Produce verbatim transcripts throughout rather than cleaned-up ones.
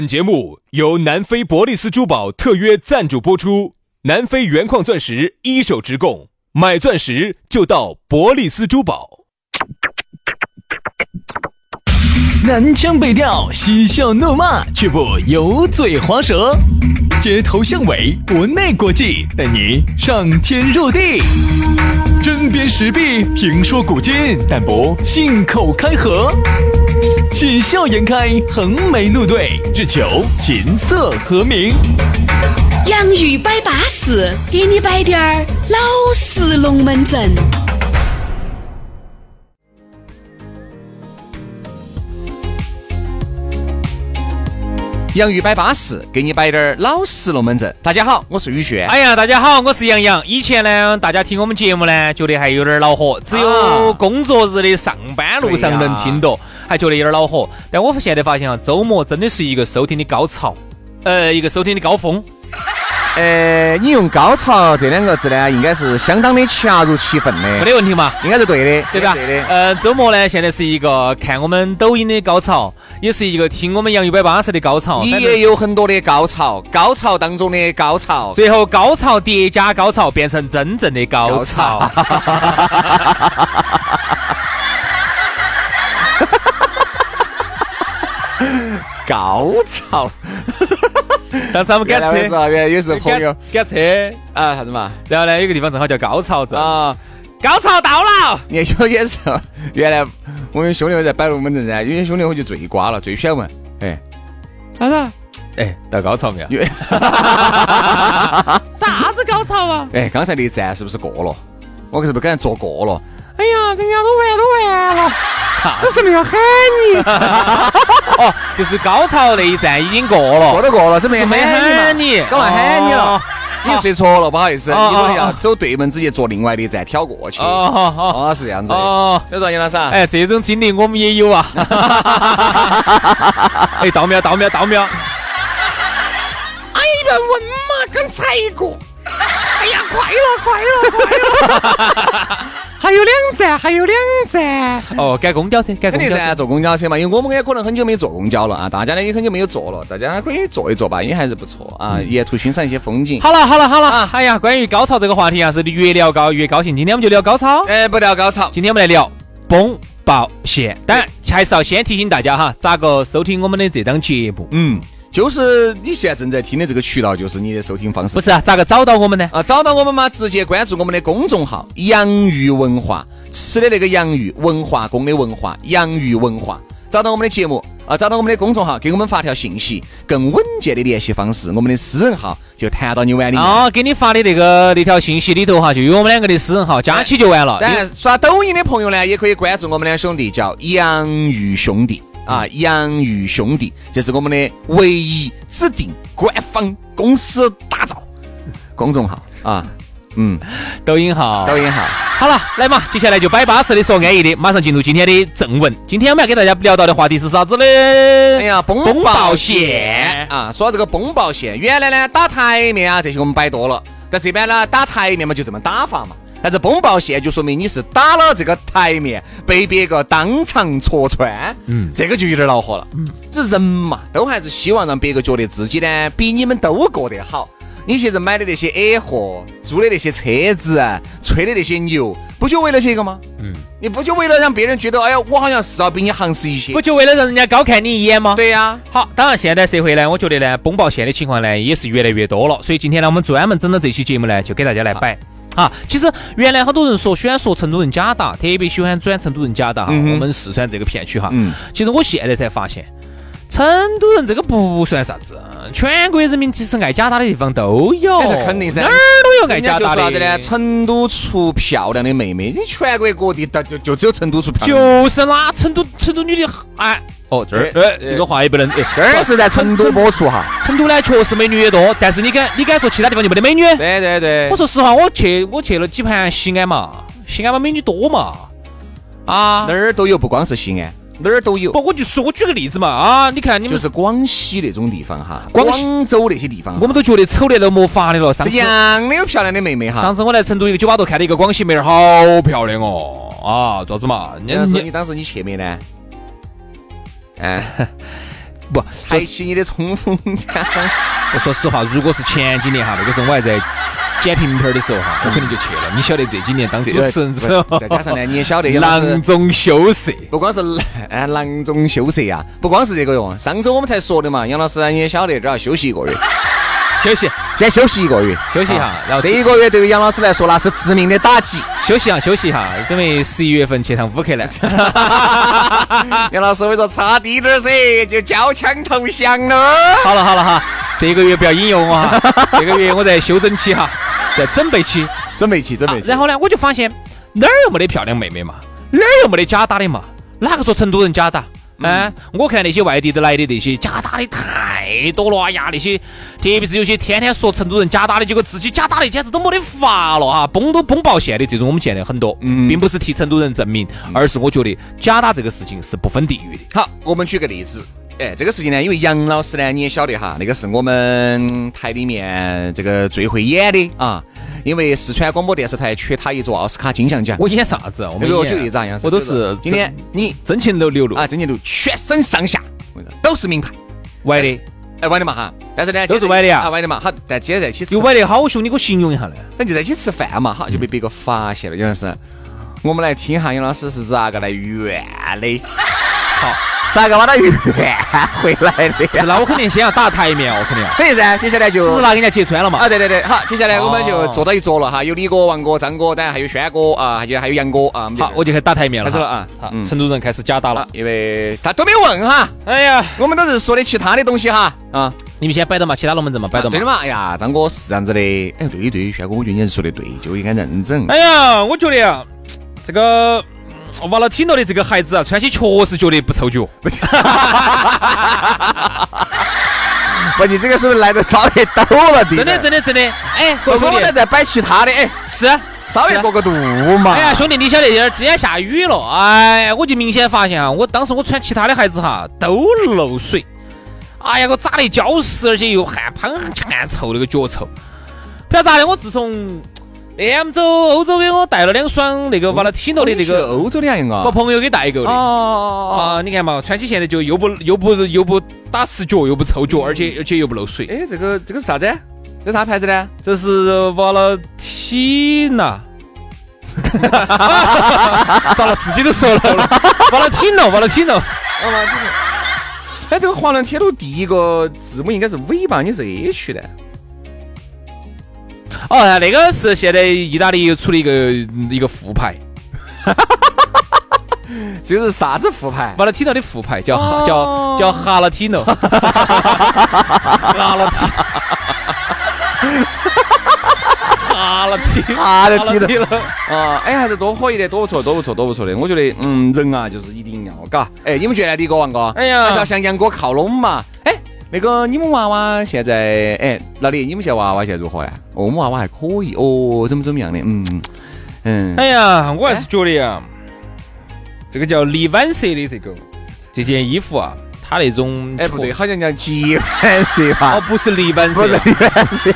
本节目由南非伯利斯珠宝特约赞助播出，南非原矿钻石一手直供，买钻石就到伯利斯珠宝。 南腔北调，嬉笑怒骂，却不油嘴滑舌，街头巷尾，国内国际，带你上天入地，针砭时弊，评说古今，但不信口开河，喜笑颜开，横眉怒对，只求琴瑟和鸣。 洋芋摆巴士，给你摆点儿老式龙门阵。 洋芋摆巴适，给你摆点儿老实龙门阵。大家好，我是宇轩。 哎呀，大家好，我是杨洋。以前呢，大家听我们节目呢，觉得还有点恼火，只有工作日的上班路上能听到，还觉得有点恼火。但我现在发现啊，周末真的是一个收听的高潮，呃，一个收听的高峰。 呃，你用高潮这两个字呢，应该是相当的恰如其分的， 没得问题嘛？ 应该是对的， 对吧？ 对的。 呃，周末呢，现在是一个看我们抖音的高潮，也是一个听我们洋芋摆巴士的高潮。 你也有很多的高潮，高潮当中的高潮， 最后高潮叠加高潮，变成真正的高潮。高潮高潮上次我们赶车， 原来也是朋友赶车啊，啥子嘛？ 然后呢，有个地方正好叫高潮镇啊， 高潮到了。 你有也是，原来我们兄弟在摆龙门阵噻，有些兄弟我就最瓜了，最喜欢问，哎， 啥子？哎，到高潮没有？啥子高潮啊？ 哎，刚才那一站是不是过了？我是不是刚才坐过了？哎呀，人家都完都完了，只是没有喊你。 哦，就是高潮那一站已经过了， 过都过了，只没没喊你， 刚才喊你了，你睡错了，不好意思， 哦、 你可能要走对门，直接坐另外的一站挑过去。 哦哦哦， 哦是这样子的。 哦， 就说杨老师， 哎，这种经历我们也有啊。哎，到没有？到没有？到没有？ 哎呀，问嘛，刚才过。哎呀，快了，快了，快了！还有两站，还有两站。 哦，改公交车，改公交车， 坐公交车嘛，因为我们也可能很久没坐公交了啊，大家呢也很久没有坐了，大家可以坐一坐吧，也还是不错啊， 嗯、 沿途欣赏一些风景。 好了，好了，好了啊！哎呀，关于高潮这个话题啊，是越聊高越高兴。今天我们就聊高潮， 哎，不聊高潮， 今天我们来聊崩爆线。当然，还是要先提醒大家哈，咋个收听我们的这档节目？ 嗯。就是你现在正在听的这个渠道，就是你的收听方式。 不是啊，咋个找到我们呢？ 啊，找到我们嘛，直接关注我们的公众号“洋芋文化”，吃的那个洋芋，文化宫的文化，洋芋文化。找到我们的节目啊，找到我们的公众号，给我们发条信息，更稳健的联系方式，我们的私人号就弹到你碗里面。 哦，给你发的那个那条信息里头哈，就有我们两个的私人号，加起就完了。 当然，刷抖音的朋友呢，也可以关注我们两兄弟，叫洋芋兄弟。啊，洋芋兄弟，这是我们的唯一指定官方公司打造公众号啊，嗯， 抖音号， 抖音号。 好了，来嘛，接下来就摆巴适的说安逸的，马上进入今天的正文。今天我们要给大家聊到的话题是啥子呢？ 哎呀，崩爆线啊！说到这个崩爆线，原来呢打台面啊这些我们摆多了，但是一般呢打台面嘛就这么打法嘛。但是崩爆线就说明你是打了这个台面，被别个当场戳穿，嗯，这个就有点恼火了。嗯，这人嘛，都还是希望让别个觉得自己呢比你们都过得好。你现在买的那些矮货，租的那些车子啊，吹的那些牛，不就为了这个吗？嗯，你不就为了让别人觉得，哎呀，我好像是要比你行实一些， 不就为了让人家高看你一眼吗？ 对呀、啊。 好，当然现在社会呢，我觉得呢，崩爆线的情况呢也是越来越多了，所以今天呢，我们专门整了这期节目呢，就给大家来摆。啊，其实原来很多人说喜欢说成都人假打，特别喜欢转成都人假打哈、嗯。我们四川这个片区哈，嗯，其实我现在才发现，成都人这个不算啥子，全国人民其实爱假打的地方都有， 那肯定噻， 哪儿都有爱假打的。 就是呢，成都出漂亮的妹妹，你全国各地的就就只有成都出漂亮的。 就是啦，成都成都女的哎。哦，这儿，哎，这个话也不能，哎， 这儿是在成都播出哈。 成都呢确实美女也多，但是你敢你敢说其他地方就没得美女？ 对对对。 我说实话，我去我去了几盘西安嘛，西安嘛美女多嘛，啊， 哪儿都有，不光是西安，哪儿都有。 不，我就说我举个例子嘛，啊，你看你们就是广西那种地方哈，广州那些地方， 我们都觉得丑的都没法的了。上次一样的有漂亮的妹妹哈。 上次我来成都一个酒吧头看到一个广西妹儿，好漂亮哦，啊，咋子嘛？ 你说你当时你去没呢？ 嗯， 不抬起你的冲锋枪。 我说实话，如果是前几年哈，那个时候我还在剪平片的时候哈，我肯定就去了。你晓得这几年当主持人之后， 再加上呢，你也晓得囊中羞涩， 不光是哎囊中羞涩呀，不光是这个哟。上周我们才说的嘛，杨老师你也晓得，这要休息一个月。 休息， 先休息一个月， 休息一下。然后这一个月对于杨老师来说那是致命的打击。 休息一下，休息一下，准备十一月份去趟乌克兰。 杨老师为说差滴点噻，就交枪投降了。 好了好了哈，这个月不要引诱我哈，这个月我在休整期哈，在准备期， 准备期，准备期。 然后呢，我就发现哪儿又没得漂亮妹妹嘛，哪儿又没得假打的嘛，哪个说成都人假打？嗯，嗯我看那些外地的来的那些假打的太多了，哎呀，那些特别是有些天天说成都人假打的，结果自己假打的简直都没得法了哈，崩都崩爆线的这种我们见的很多，嗯，并不是替成都人证明，而是我觉得假打这个事情是不分地域的。 好，我们举个例子，哎，这个事情呢，因为杨老师呢你也晓得哈，那个是我们台里面这个最会演的啊。因为四川广播电视台缺他一座奥斯卡金像奖。 我演啥子？我没有举例子啊，杨老师， 我都是今天你真情流流露啊，真情流露，全身上下都是名牌， 歪的， 哎，歪的嘛哈。但是呢， 都是歪的呀， 啊，歪的嘛。好，但今天在一起吃， 有歪的好凶，你给我形容一下呢？ 那就在一起吃饭嘛，好，就被别个发现了，杨老师。我们来听下杨老师是咋个来圆的。好。咋个把它圆回来的？ 那我肯定先要打台面，我肯定要。 肯定噻，接下来就只拿给人家揭穿了嘛。 啊，对对对，好，接下来我们就坐到一桌了哈，有李哥、王哥、张哥，当然还有轩哥啊，还有还有杨哥啊。 好，我就开始打台面了。 开始了啊！ 好，成都人开始假打了， 因为他都没问哈。 哎呀， 我们都是说的其他的东西哈。啊， 你们先摆到嘛，其他龙门阵嘛，摆到嘛。 对的嘛。哎呀，张哥是这样子的。哎，对对，轩哥，我觉得你还是说的对，就应该认真。 哎呀，我觉得啊，这个。瓦拉提诺的这个孩子啊，穿起确实觉得不凑脚。 不，你这个是不是来的稍微抖了点？ 真的，真的，真的。哎， 我们在摆其他的，哎， 是稍微过个度嘛。 哎呀，兄弟，你晓得今天下雨了，哎，我就明显发现啊，我当时我穿其他的孩子哈都漏水。哎呀，我咋的胶实，而且又汗胖汗臭，那个脚臭。不晓得咋的，我自从。那们走欧洲给我带了两双那个瓦拉提诺的那个欧洲的样啊， 我朋友给带过的哦啊，你看嘛，穿起现在就又不又不又不打湿脚，又不臭脚，而且而且又不漏水。 哎，这个这个是啥子？这啥牌子呢？ 这是瓦拉提娜。糟了，自己都说了，瓦拉提诺，瓦拉提诺，瓦拉提诺。 哎，这个华南铁路第一个字母应该是 V 吧？你是 H 的。 哦，那个是现在意大利又出了一个一个副牌， 这个是啥子副牌？ 瓦拉提诺的副牌叫、哦、叫叫哈拉提诺，哈拉提，哈拉提， 哈拉提了啊！哎，还是多可以的，多不错，多不错，多不错的。我觉得，嗯，人啊，就是一定要嘎。哎，你们觉得李哥、王哥， 哎呀， 还是要向杨哥靠拢嘛？哎。那个你们娃娃现在，哎，老李，你们现在娃娃现在如何呀？哦，我们娃娃还可以，哦，怎么怎么样的？嗯嗯。 哎呀，我还是觉得呀，这个叫黎晚色的这个这件衣服啊，它那种哎不对，好像叫极晚色吧？ 哦，不是黎晚色， 不是黎晚色。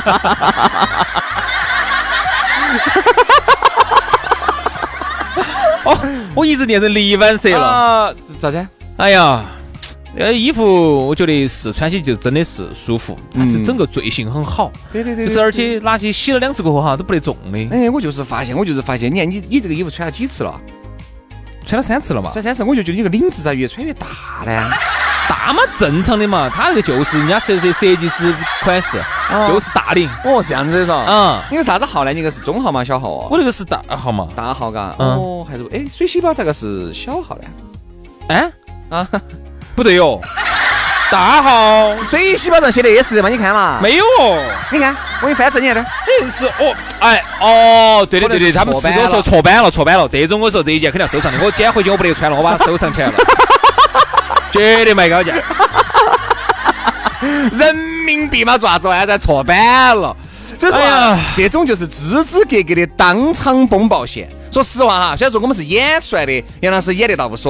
哦，我一直念成黎晚色了。 啊，咋子？ 哎呀。呃，衣服我觉得是穿起就真的是舒服，但是整个坠性很好。 对对对， 就是而且拿起洗了两次过后哈都不得重的。 哎，我就是发现，我就是发现，你看你你这个衣服穿了几次了？ 穿了三次了嘛？ 穿三次，我就觉得你个领子咋越穿越大呢？ 大嘛，正常的嘛，他这个就是人家设设设计师款式，哦、就是大领。 哦，这样子的是吧？ 嗯， 你个啥子号呢？你个是中号吗？小号啊？ 我这个是大号嘛？ 大号嘎。 嗯、 哦，还是哎，水洗包这个是小号呢？ 哎啊。 不对哟，大号水洗包上写的 S 的嘛？你看嘛， 没有哦。 你看，我给你翻正眼的。 哎是哦，哎哦，对的对的，他们是跟我说错版了，错版了。这种我说这一件肯定要收藏的，我今天回去我不得穿了，我把它收藏起来了，绝对卖高价。 人民币嘛，做啥子玩意在错版了？所以说、啊，这种就是支支格格的当场崩爆线。说实话哈，虽然说我们是演出来的，杨老师演得到无所谓。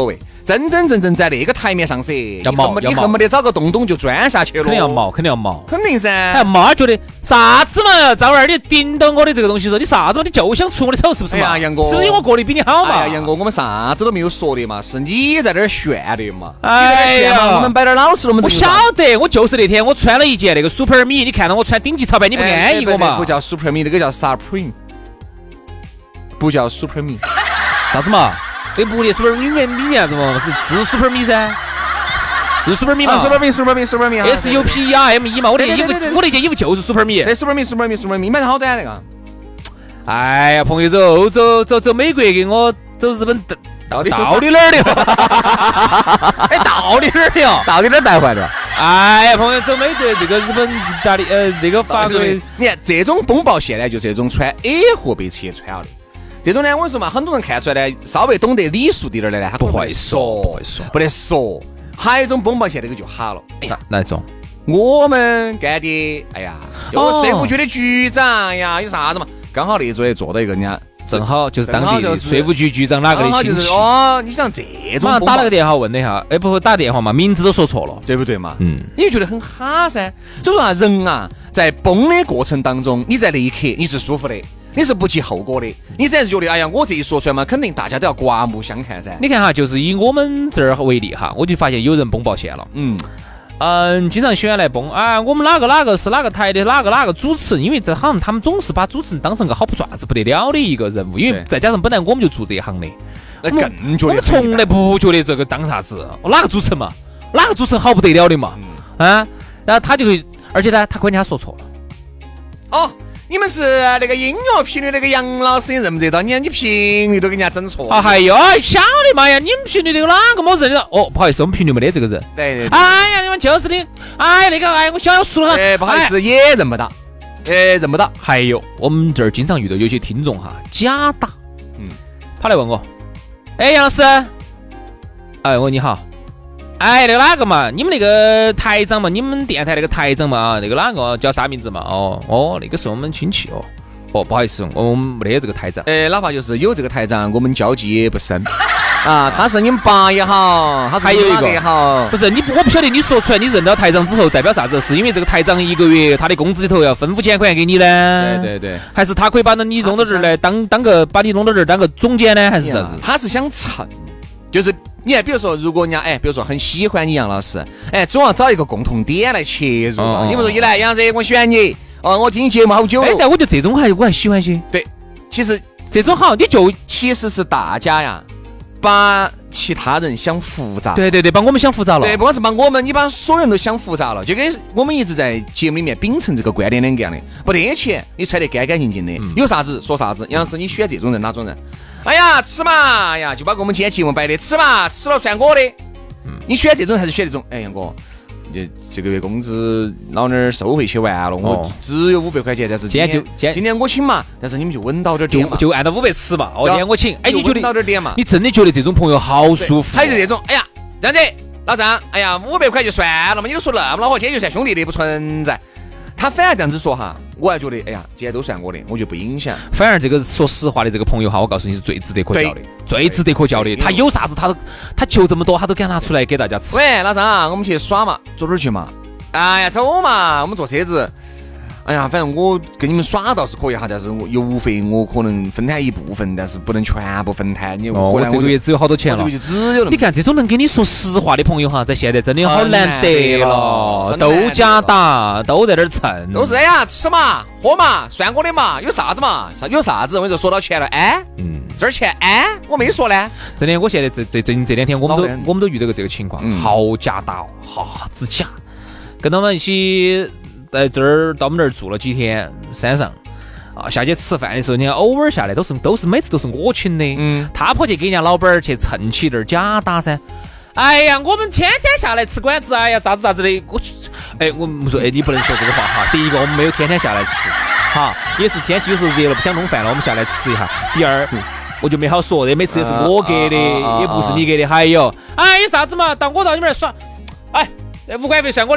真真正正在那个台面上噻， 要冒， 你恨不得找个洞洞就钻下去了。 肯定要冒，肯定要冒， 肯定噻。 哎，妈觉得啥子嘛，张二，你盯到我的这个东西说，你啥子嘛，你就想出我的丑，是不是嘛？ 哎呀，杨哥， 是不是我过得比你好嘛？ 哎呀，杨哥，我们啥子都没有说的嘛，是你在这儿炫的嘛。 哎呀， 我们摆点老实了，我们我晓得，我就是那天我穿了一件那个 Super Me， 你看到我穿顶级潮牌，你不安逸我嘛？ 不叫 Super Me， 那个叫 Supreme， 不叫 Super Me， 啥子嘛？那不列 Super Me 里面啥子嘛？是是 Super Me 噻，是 Super Me 嘛 ？Super Me，Super Me，Super Me，S U P E R M E 嘛？我那件衣服，我那件衣服就是 Super Me。 对 ，Super Me，Super Me，Super Me， 买的好短那个。 哎呀，朋友走走走走美国，给我走日本到底到底哪儿的？哎，到底哪儿的？ 到底哪儿带坏的？ 哎呀，朋友走美国，这个日本、意大利、呃，那个法国， 你看这种风暴线呢，就是这种穿 A 货被拆穿了的。这种呢，我跟你说嘛，很多人看出来呢，稍微懂得礼数点的呢，他不会说，不会说， 不得说。还有一种风暴线，那个就哈了。哎呀， 哪一种？ 我们干爹，哎呀，有税务局的局长，哎呀，有啥子嘛？刚好那一桌坐到一个人家。 正好就是当地税务局局长哪个的亲戚哦，你想这种， 马上打了个电话问了一下，哎，不打电话嘛，名字都说错了， 对不对嘛？ 嗯， 你就觉得很哈噻。所以说啊，人啊，在崩的过程当中，你在那一刻你是舒服的，你是不计后果的，你只是觉得，哎呀，我这一说出来嘛，肯定大家都要刮目相看噻。 你看哈，就是以我们这儿为例哈，我就发现有人崩爆线了， 嗯。 嗯，经常喜欢来崩啊！我们哪个哪个是哪个台的哪个哪个主持人，因为这好像他们总是把主持人当成个好不爪子不得了的一个人物，因为再加上本来我们就做这一行的， 那更觉得我们从来不觉得这个当啥子，哪个主持人嘛，哪个主持人好不得了的嘛，嗯、啊，然后他就会，而且呢，他关键他说错了， 哦。你们是那个音乐频率那个杨老师认不得到，你看你频率都给人家整错啊！还有晓得嘛呀？你们频率那个哪个没认得到？哦，不好意思，我们频率没得这个人。 对对对。 哎呀，你们就是的。哎，那个哎，我小输了。 哎，不好意思，哎、也认不到。哎，认不到。 还有，我们这儿经常遇到有些听众哈，假打。嗯。他来问我，哎，杨老师，哎，我你好。哎，那个哪个嘛？你们那个台长嘛？你们电台那个台长嘛？那个哪个叫啥名字嘛？哦哦，那个是我们亲戚哦。哦，不好意思，我们没得这个台长。 哎，哪怕就是有这个台长，我们交际也不深啊。他是你们爸也好，他是还有一个也好， 不是你，我不晓得你说出来，你认到台长之后代表啥子？是因为这个台长一个月他的工资里头要分五千块钱给你呢？ 对对对， 还是他可以把你弄到这儿来当当个把你弄到这儿当个总监呢？还是啥子？ 他是想蹭。就是你看，比如说，如果人家哎，比如说很喜欢你杨老师，哎，总要找一个共同点来切入。哦、你不说一来杨子，我喜欢你，哦，我听你节目好久。 哎，但我觉得这种还我还喜欢些。 对，其实这种好，你就其实是大家呀，把其他人想复杂。 对对对，把我们想复杂了。 对，不光是把我们，你把所有人都想复杂了，就跟我们一直在节目里面秉承这个观点两个样的。不得钱，你穿得干干净净的，嗯、有啥子说啥子。杨老师，你选这种人哪种人？哎呀，吃嘛，哎呀，就把我们今天节目摆的吃嘛，吃了算我的。嗯，你选这种还是选这种？哎，杨哥，这这个月工资老娘儿收回去完了，我只有五百块钱，但是今天就今天我请嘛，但是你们就稳到点点嘛， 就按照五百吃嘛。哦，今天我请，哎，你觉得稳到点点嘛？ 你真的觉得这种朋友好舒服？ 还是这种？哎呀，这样子，老张，哎呀，五百块就算了嘛，你都说那么恼火，今天就算兄弟的不存在。他反而这样子说哈，我还觉得，哎呀，今天都算我的，我就不影响。 反而这个说实话的这个朋友哈，我告诉你是最值得可交的，最值得可交的。他有啥子，他都他求这么多，他都敢拿出来给大家吃。 喂，老张，我们去耍嘛，走哪儿去嘛？哎呀，走嘛，我们坐车子。哎呀，反正我跟你们耍倒是可以哈，但是我邮费我可能分摊一部分，但是不能全部分摊。你哦，我这个月只有好多钱了， 这个月就只有了。 你看这种能跟你说实话的朋友哈，在现在真的好难得了，都假打，都在那儿蹭， 都是哎呀，吃嘛，喝嘛，算我的嘛，有啥子嘛，有啥子？我就说到钱了，哎，嗯，这儿钱，哎，我没说呢。 真的，我现在这这最近这两天我们都我们都遇到个这个情况，嗯、好假打哦，好子假，跟他们一起。在这儿到我们这儿住了几天，山上啊，下去吃饭的时候，你看偶尔下来都是都是每次都是我请的，嗯，他跑去给人家老板儿去蹭起点假打噻。哎呀，我们天天下来吃馆子，哎呀，咋子咋子的，我哎，我们说，哎，你不能说这个话哈。第一个，我们没有天天下来吃，哈，也是天气有时候热了不想弄饭了，我们下来吃一下。第二，嗯、我就没好说的，每次也是我给的，啊啊啊、也不是你给的。还有，哎，有啥子嘛？到我到你们那儿耍，哎，五块费算我的哈。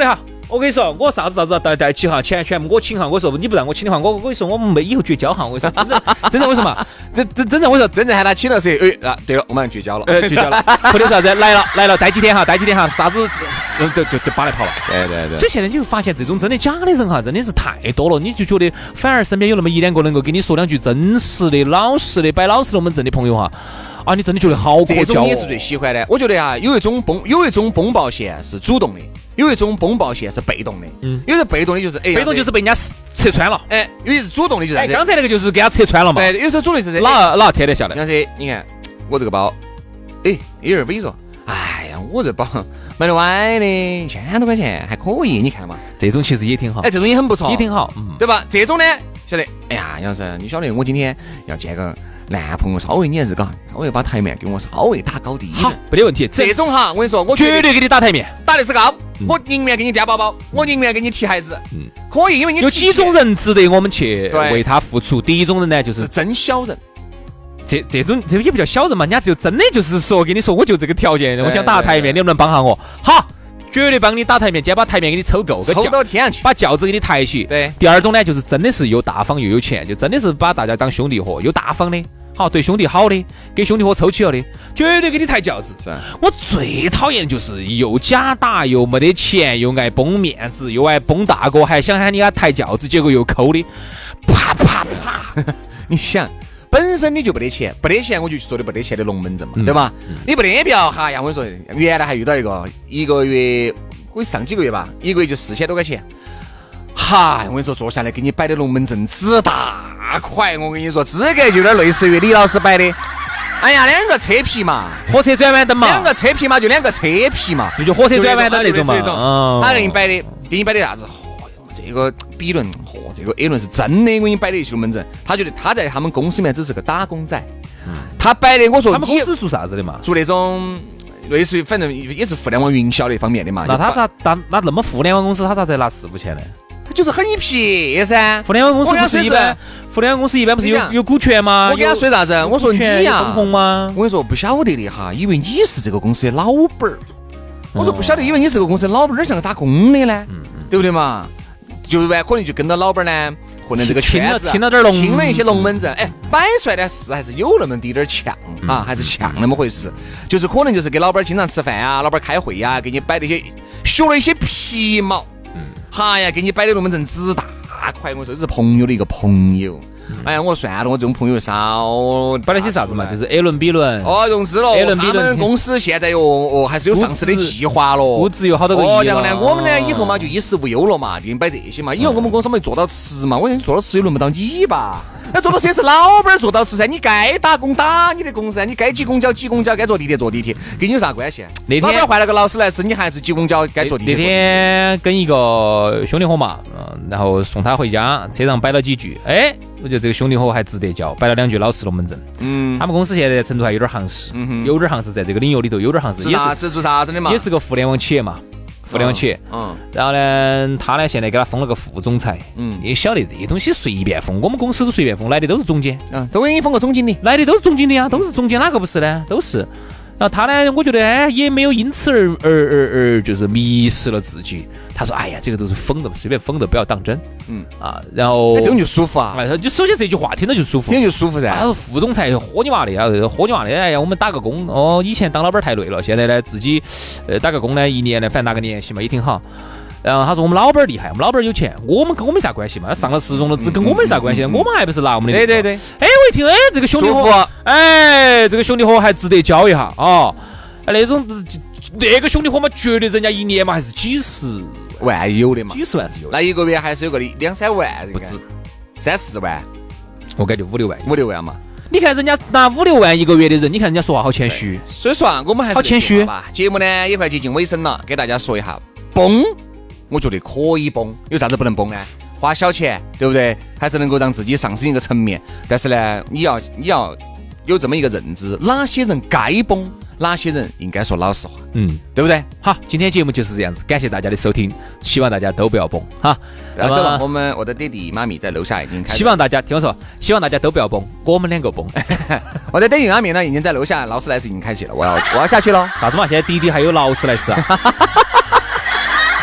我跟你说，我啥子啥子带带起哈，钱全部我请哈。我说你不让我请的话，我我跟你说我们没以后绝交哈。我说真的真的为什么？真真真的我说真正喊他请了是，哎啊，对了，我们绝交了， 呃绝交了。或者啥子来了来了，待几天哈，待几天哈，啥子就就就把来跑了。 对对对。 所以现在你就发现这种真的假的人哈，真的是太多了。你就觉得反而身边有那么一两个能够跟你说两句真实的、老实的、摆老实龙门阵的朋友哈。啊，你真的觉得好可交、哦？ 这种你是最喜欢的。我觉得啊，有一种崩，有一种崩爆线是主动的，有一种崩爆线是被动的。嗯，有些被动的就是，哎， 被动就是被人家拆穿了。 哎，有些是主动的，就是。 哎，刚才那个就是给他拆穿了嘛。 对，有时候主动就是哪哪贴得下来？ 像是你看我这个包，哎，有点猥琐。哎呀，我这包买的歪的，一千多块钱还可以，你看嘛。 这种其实也挺好。 哎，这种也很不错， 也挺好，嗯， 对吧？这种呢，晓得？哎呀，杨老师，你晓得我今天要见个。男朋友稍微你还是嘎，稍微把台面给我稍微打高低一点， 好，没得问题。 这种哈，我跟你说，我绝对给你打台面， 打的是高，嗯、我宁愿给你掂包包，我宁愿给你提孩子，嗯，可以，因为你有几种人值得我们去为他付出。第一种人呢，就是是真小人， 这这种这也不叫小人嘛，人家只有真的就是说跟你说，我就这个条件，我想打台面，你能不能帮下我？好。绝对帮你打台面，今天把台面给你抽够， 抽到天上去， 把轿子给你抬起。 对。 第二种呢，就是真的是又大方又有钱，就真的是把大家当兄弟伙，又大方的，好对兄弟好的，给兄弟伙抽起了的，绝对给你抬轿子。 是。 我最讨厌就是又假打又没得钱，又爱崩面子，又爱崩大哥，还想喊你给他抬轿子，结果又抠的，啪啪啪！ 你想。本身你就没得钱，没得钱我就说的没得钱的龙门阵嘛，嗯、对吧？嗯、你没得表哈呀，我跟你说，原来还遇到一个一个月，我上几个月吧，一个月就四千多块钱，哈，我跟你说坐下来给你摆的龙门阵之大块，我跟你说资格就有点类似于李老师摆的，哎呀，两个车皮嘛， 火车转弯灯嘛， 两个车皮嘛，就两个车皮嘛， 是不是就火车转弯灯那种嘛？ 哦、他给你摆的，给你摆的啥子？这个 B 轮，嚯、哦，这个 A 轮是真的，我给你摆的一些龙门阵。他觉得他在他们公司里面只是个打工仔，嗯，他摆的，我说他们公司做啥子的嘛？ 做那种类似于反正也是互联网营销那方面的嘛。 那他咋那那那么互联网公司，他咋在拿四五千呢？ 他就是很一撇噻。 互联网公司不是一般，互联网公司一般不是有有股权吗？ 我跟他说啥子？我说你呀， 分红吗？ 我跟你说不晓得的哈，以为你是这个公司的老板儿。我说不晓得，以为你是个公司的老板儿，像个打工的呢，嗯、对不对嘛？就完可能就跟着老板呢混的这个圈子， 听了点龙， 听了一些龙门阵，哎，摆出来的是还是有那么滴点呛、嗯、啊，还是像那么回事。就是可能就是给老板经常吃饭啊，老板开会啊，给你摆的一些学了一些皮毛，嗯，哈呀，给你摆的龙门阵只大块。我说这是朋友的一个朋友。哎呀，我算了，我这种朋友少摆了些啥子嘛？就是 A 轮 B 轮哦，融资了 ，A 轮 B 轮。 他们公司现在哟哦还是有上市的计划了， 估值有好多个亿了。 哦，然后呢，我们呢以后嘛就衣食无忧了嘛，给你摆这些嘛。以后我们公司嘛做到吃嘛，我想做到吃又轮不到你吧？那做到吃是老板做到吃噻，你该打工打你的工噻，你该挤公交挤公交，该坐地铁坐地铁，跟你有啥关系？ 那天老板换了个劳斯莱斯，你还是挤公交该坐地铁。 那天跟一个兄弟伙嘛，嗯，然后送他回家，车上摆了几句，哎。我觉得这个兄弟伙还值得交，摆了两句老实龙门阵。嗯，他们公司现在在成都还有点行势，嗯、有点行势，在这个领域里头有点行势。 是啥是做啥子的嘛？ 也是个互联网企业嘛，互联网企业。嗯。然后呢，他呢现在给他封了个副总裁。嗯。你晓得这些东西随便封，我们公司都随便封，来的都是总监。 嗯，都给你封个总经理， 来的都是总经理啊，都是总监，哪个不是呢？都是。然后他呢，我觉得哎，也没有因此而而而而就是迷失了自己。他说：“哎呀，这个都是封的，随便封的，不要当真。”嗯啊，然后这种就舒服啊。 哎，就首先这句话听着就舒服， 听着就舒服噻。 他说：“副总裁喝你娃的啊，喝你娃的！哎呀，我们打个工哦，以前当老板太累了，现在呢自己呃打个工呢，一年呢反正拿个年薪嘛，也挺好。”然后他说我们老板厉害，我们老板有钱，我们跟我没啥关系嘛，上了市中了资跟我没啥关系，我们还不是拿我们的。 对对对。 哎，我一听，哎，这个兄弟伙，哎，这个兄弟伙还值得交一下啊。哎，那种那个兄弟伙嘛，绝对人家一年嘛还是几十万有的嘛， 几十万是有的。 那一个月还是有个两三万， 不止， 三四万， 我感觉五六万， 五六万嘛。 你看人家拿五六万一个月的人，你看人家说话好谦虚。 所以说啊，我们还是好谦虚吧。节目呢也快接近尾声了，给大家说一下崩。我觉得可以崩，有啥子不能崩呢？花小钱，对不对？还是能够让自己上升一个层面。但是呢，你要你要有这么一个认知，哪些人该崩，哪些人应该说老实话，嗯，对不对？ 好，今天节目就是这样子，感谢大家的收听，希望大家都不要崩哈。 然后我们我的爹地妈咪在楼下已经开始， 希望大家听我说，希望大家都不要崩，我们两个崩。 我的爹地妈咪呢已经在楼下，劳斯莱斯已经开启了，我要我要下去了。 啥子嘛？现在滴滴还有劳斯莱斯啊？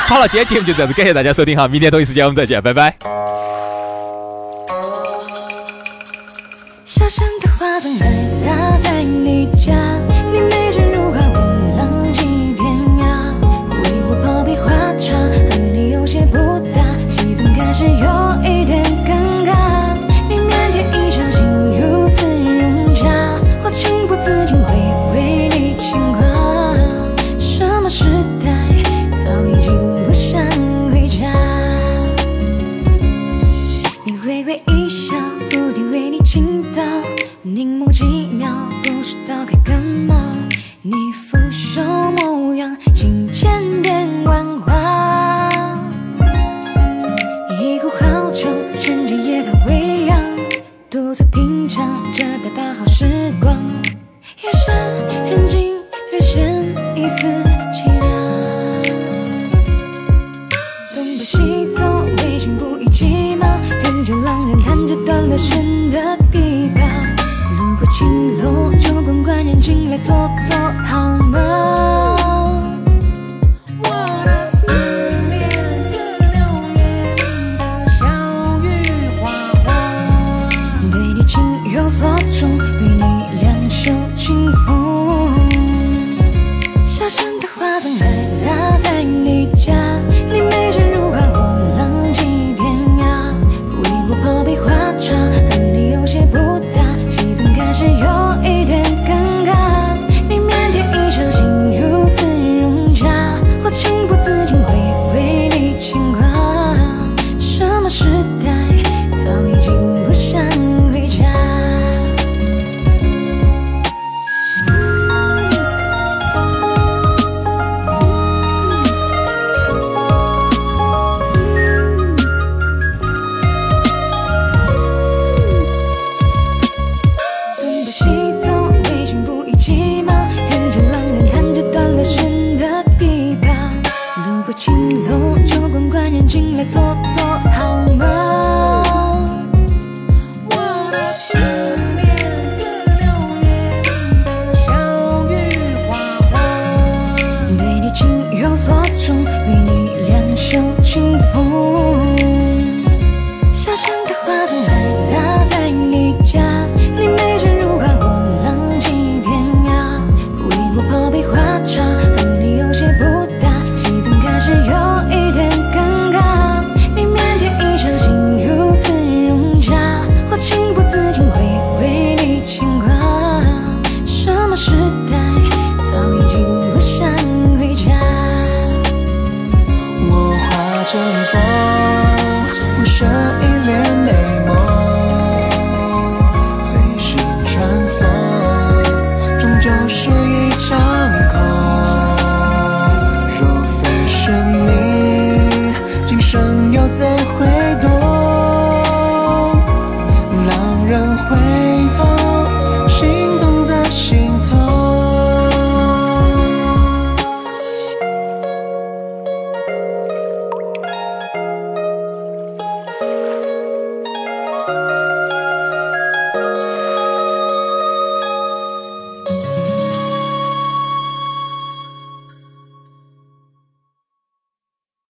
好了，今天节目就这样子，感谢大家收听哈，明天同一时间我们再见，拜拜。 小山的花总来打在你家，你眉间如画，我浪迹天涯。为我泡杯花茶，和你有些不搭，气氛开始有一点尴尬。你腼腆一笑，竟如此融洽，我情不自禁会为你牵挂。什么时代，早已经不想回家。你微微一笑，蝴蝶为你倾倒，凝眸几秒，不知道该干嘛。你腐朽模样，竟渐变万化。一壶好酒，趁着夜高微扬，独自品尝着大把好时光。夜深人静，略显一丝凄凉。东奔西走，未寻不一骑马，听见狼人弹着断了弦的琵琶。路过青楼，酒馆官人进来坐坐好吗？我的思念似六月里的小雨花花，对你情有所钟，为你两袖清风。小山的花总来打在你家，你眉间如画，我浪迹天涯。为我泡杯花茶，和你有些不搭，气氛开始有一点尴尬。你腼腆一笑，竟如此融洽，我情不自禁会为你牵挂。什么时代，早已经不想回家。东奔西走，未寻不一骑马，听见狼人弹着断了弦的琵琶。路过青楼，酒馆官人进来坐坐好吗？我的思念似六月里的小雨花花，对你情有所钟，为你两袖清风。小山的花总来打在你家，你眉间如画，我浪迹天涯。为我泡杯花茶，和你有些不搭，气氛开始有一点尴尬。你腼腆一笑，竟如此融洽，我情不自禁会为你牵挂。什么时代，早已经不想回家。我化成风，不舍一